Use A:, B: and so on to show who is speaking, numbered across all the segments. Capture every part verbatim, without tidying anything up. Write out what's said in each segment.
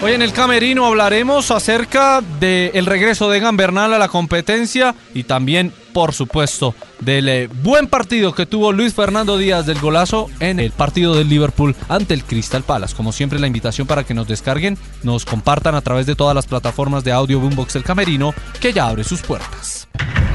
A: Hoy en el Camerino hablaremos acerca del regreso de Egan Bernal a la competencia y también, por supuesto, del eh, buen partido que tuvo Luis Fernando Díaz del golazo en el partido del Liverpool ante el Crystal Palace. Como siempre, la invitación para que nos descarguen, nos compartan a través de todas las plataformas de audio Boombox El Camerino, que ya abre sus puertas.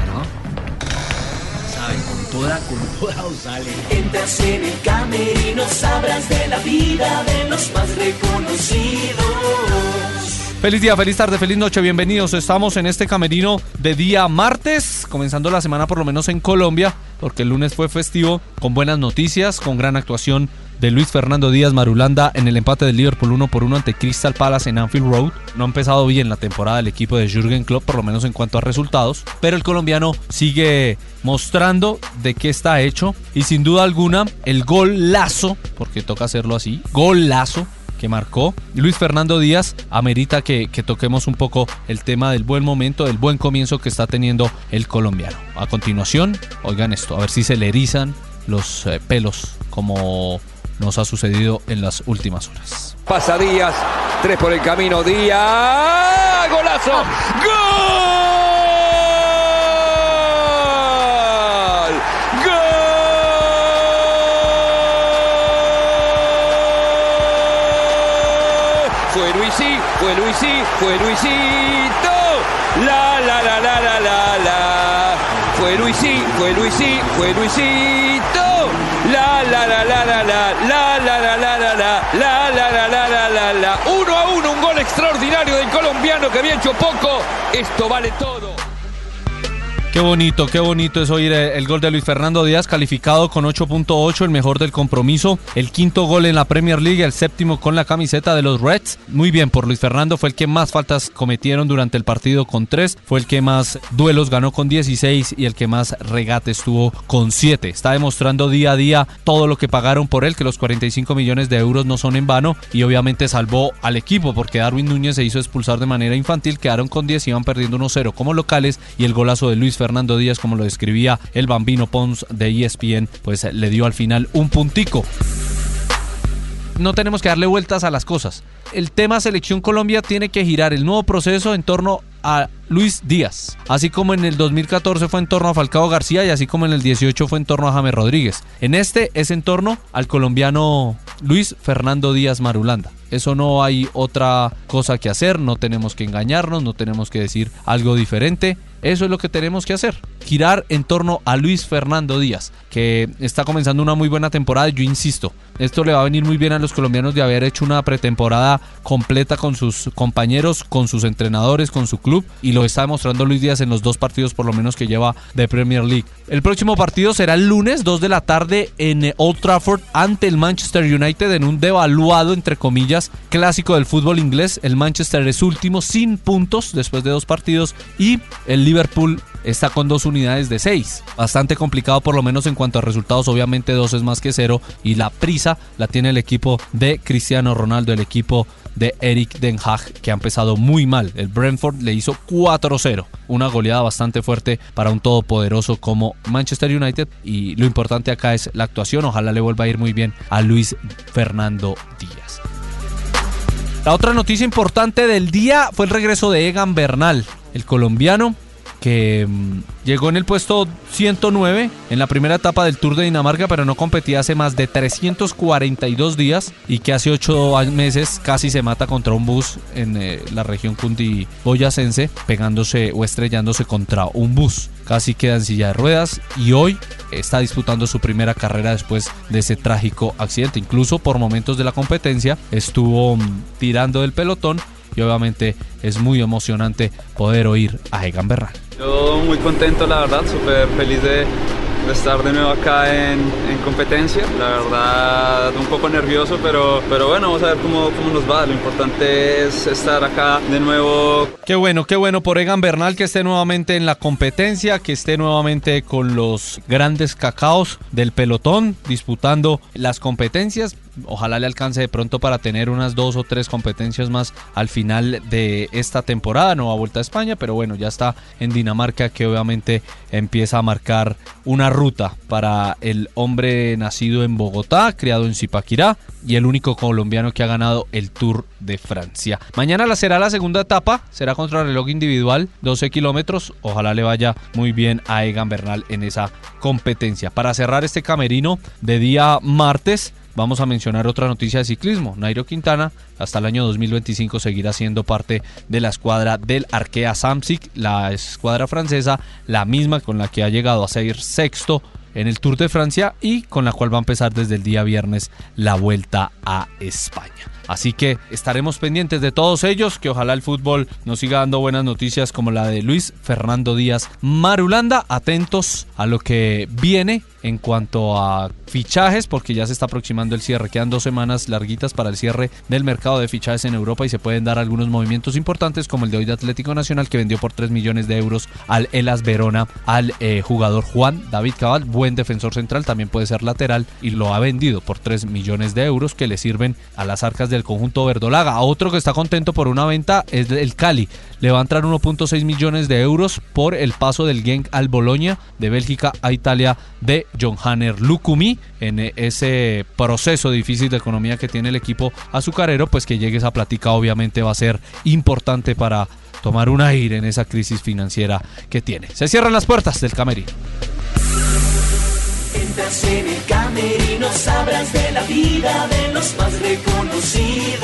B: Con toda, con toda os sale.
C: Entras en el Camerino, sabrás de la vida de los más reconocidos.
A: Feliz día, feliz tarde, feliz noche, bienvenidos. Estamos en este Camerino de día martes, comenzando la semana por lo menos en Colombia, porque el lunes fue festivo, con buenas noticias, con gran actuación de Luis Fernando Díaz Marulanda en el empate del Liverpool uno por uno ante Crystal Palace en Anfield Road. No ha empezado bien la temporada del equipo de Jürgen Klopp, por lo menos en cuanto a resultados, pero el colombiano sigue mostrando de qué está hecho y sin duda alguna el golazo, porque toca hacerlo así, golazo que marcó Luis Fernando Díaz amerita que, que toquemos un poco el tema del buen momento, del buen comienzo que está teniendo el colombiano. A continuación, oigan esto, a ver si se le erizan los eh, pelos como nos ha sucedido en las últimas horas.
D: Pasa Díaz, tres por el camino, Díaz, golazo, ¡gol! Fue Luisí, fue Luisí, fue Luisito. La la la la la la la. Fue Luisí, fue Luisí, fue Luisito. La la la la la la la la la la la la la la la la la la. Uno a uno, un gol extraordinario del colombiano que había hecho poco. Esto vale todo.
A: Qué bonito, qué bonito es oír el gol de Luis Fernando Díaz, calificado con ocho punto ocho, el mejor del compromiso, el quinto gol en la Premier League, el séptimo con la camiseta de los Reds. Muy bien por Luis Fernando, fue el que más faltas cometieron durante el partido con tres, fue el que más duelos ganó con dieciséis y el que más regates tuvo con siete. Está demostrando día a día todo lo que pagaron por él, que los cuarenta y cinco millones de euros no son en vano, y obviamente salvó al equipo porque Darwin Núñez se hizo expulsar de manera infantil, quedaron con diez y iban perdiendo uno cero como locales, y el golazo de Luis Fernando Fernando Díaz, como lo describía el Bambino Pons de E S P N, pues le dio al final un puntico. No tenemos que darle vueltas a las cosas. El tema Selección Colombia tiene que girar el nuevo proceso en torno a Luis Díaz, así como en el dos mil catorce fue en torno a Falcao García y así como en el dieciocho fue en torno a James Rodríguez. En este es en torno al colombiano Luis Fernando Díaz Marulanda. Eso no hay otra cosa que hacer, no tenemos que engañarnos, no tenemos que decir algo diferente. Eso es lo que tenemos que hacer, girar en torno a Luis Fernando Díaz, que está comenzando una muy buena temporada. Yo insisto, esto le va a venir muy bien a los colombianos de haber hecho una pretemporada completa con sus compañeros, con sus entrenadores, con su club, y lo está demostrando Luis Díaz en los dos partidos por lo menos que lleva de Premier League. El próximo partido será el lunes, dos de la tarde en Old Trafford ante el Manchester United en un devaluado, entre comillas, clásico del fútbol inglés. El Manchester es último sin puntos después de dos partidos y el Liverpool está con dos unidades de seis. Bastante complicado por lo menos en cuanto a resultados. Obviamente dos es más que cero y la prisa la tiene el equipo de Cristiano Ronaldo, el equipo de Erik ten Hag, que ha empezado muy mal. El Brentford le hizo cuatro cero, una goleada bastante fuerte para un todopoderoso como Manchester United, y lo importante acá es la actuación. Ojalá le vuelva a ir muy bien a Luis Fernando Díaz. La otra noticia importante del día fue el regreso de Egan Bernal, el colombiano que mmm, llegó en el puesto ciento nueve en la primera etapa del Tour de Dinamarca, pero no competía hace más de trescientos cuarenta y dos días, y que hace ocho meses casi se mata contra un bus en eh, la región cundiboyacense, pegándose o estrellándose contra un bus. Casi queda en silla de ruedas y hoy está disputando su primera carrera después de ese trágico accidente. Incluso por momentos de la competencia estuvo mmm, tirando del pelotón, y obviamente es muy emocionante poder oír a Egan Bernal.
E: Yo muy contento, la verdad, súper feliz de, de estar de nuevo acá en, en competencia. La verdad, un poco nervioso, pero, pero bueno, vamos a ver cómo, cómo nos va. Lo importante es estar acá de nuevo.
A: Qué bueno, qué bueno por Egan Bernal, que esté nuevamente en la competencia, que esté nuevamente con los grandes cacaos del pelotón, disputando las competencias. Ojalá le alcance de pronto para tener unas dos o tres competencias más al final de esta temporada. No va a Vuelta a España, pero bueno, ya está en Dinamarca, que obviamente empieza a marcar una ruta para el hombre nacido en Bogotá, criado en Zipaquirá y el único colombiano que ha ganado el Tour de Francia. Mañana la será la segunda etapa, será contrarreloj individual, doce kilómetros. Ojalá le vaya muy bien a Egan Bernal en esa competencia. Para cerrar este camerino de día martes, vamos a mencionar otra noticia de ciclismo. Nairo Quintana hasta el año dos mil veinticinco seguirá siendo parte de la escuadra del Arkea Samsic, la escuadra francesa, la misma con la que ha llegado a ser sexto en el Tour de Francia y con la cual va a empezar desde el día viernes la Vuelta a España. Así que estaremos pendientes de todos ellos, que ojalá el fútbol nos siga dando buenas noticias como la de Luis Fernando Díaz Marulanda. Atentos a lo que viene en cuanto a fichajes, porque ya se está aproximando el cierre. Quedan dos semanas larguitas para el cierre del mercado de fichajes en Europa y se pueden dar algunos movimientos importantes, como el de hoy de Atlético Nacional, que vendió por tres millones de euros al Hellas Verona al eh, jugador Juan David Cabal, buen defensor central, también puede ser lateral, y lo ha vendido por tres millones de euros que le sirven a las arcas del conjunto verdolaga. A otro que está contento por una venta es el Cali. Le va a entrar uno punto seis millones de euros por el paso del Genk al Bologna de Bélgica a Italia de John Hanner Lukumi. En ese proceso difícil de economía que tiene el equipo azucarero, pues que llegue esa plática obviamente va a ser importante para tomar un aire en esa crisis financiera que tiene. Se cierran las puertas del camerino.
C: Entras en el camerino, sabrás de la vida de los más reconocidos.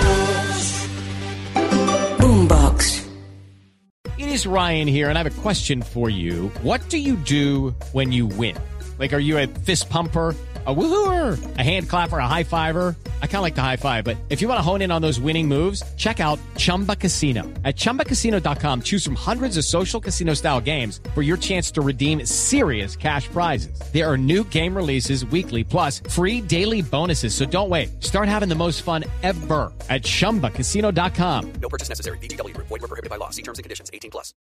F: Boombox.
G: It is Ryan here, and I have a question for you. What do you do when you win? Like, are you a fist pumper, a woohooer, a hand clapper, a high fiver? I kind of like the high five, but if you want to hone in on those winning moves, check out Chumba Casino. At chumba casino dot com, choose from hundreds of social casino style games for your chance to redeem serious cash prizes. There are new game releases weekly, plus free daily bonuses. So don't wait. Start having the most fun ever at chumba casino dot com.
H: No purchase necessary. V G W Group. Void where prohibited by law. See terms and conditions. eighteen plus.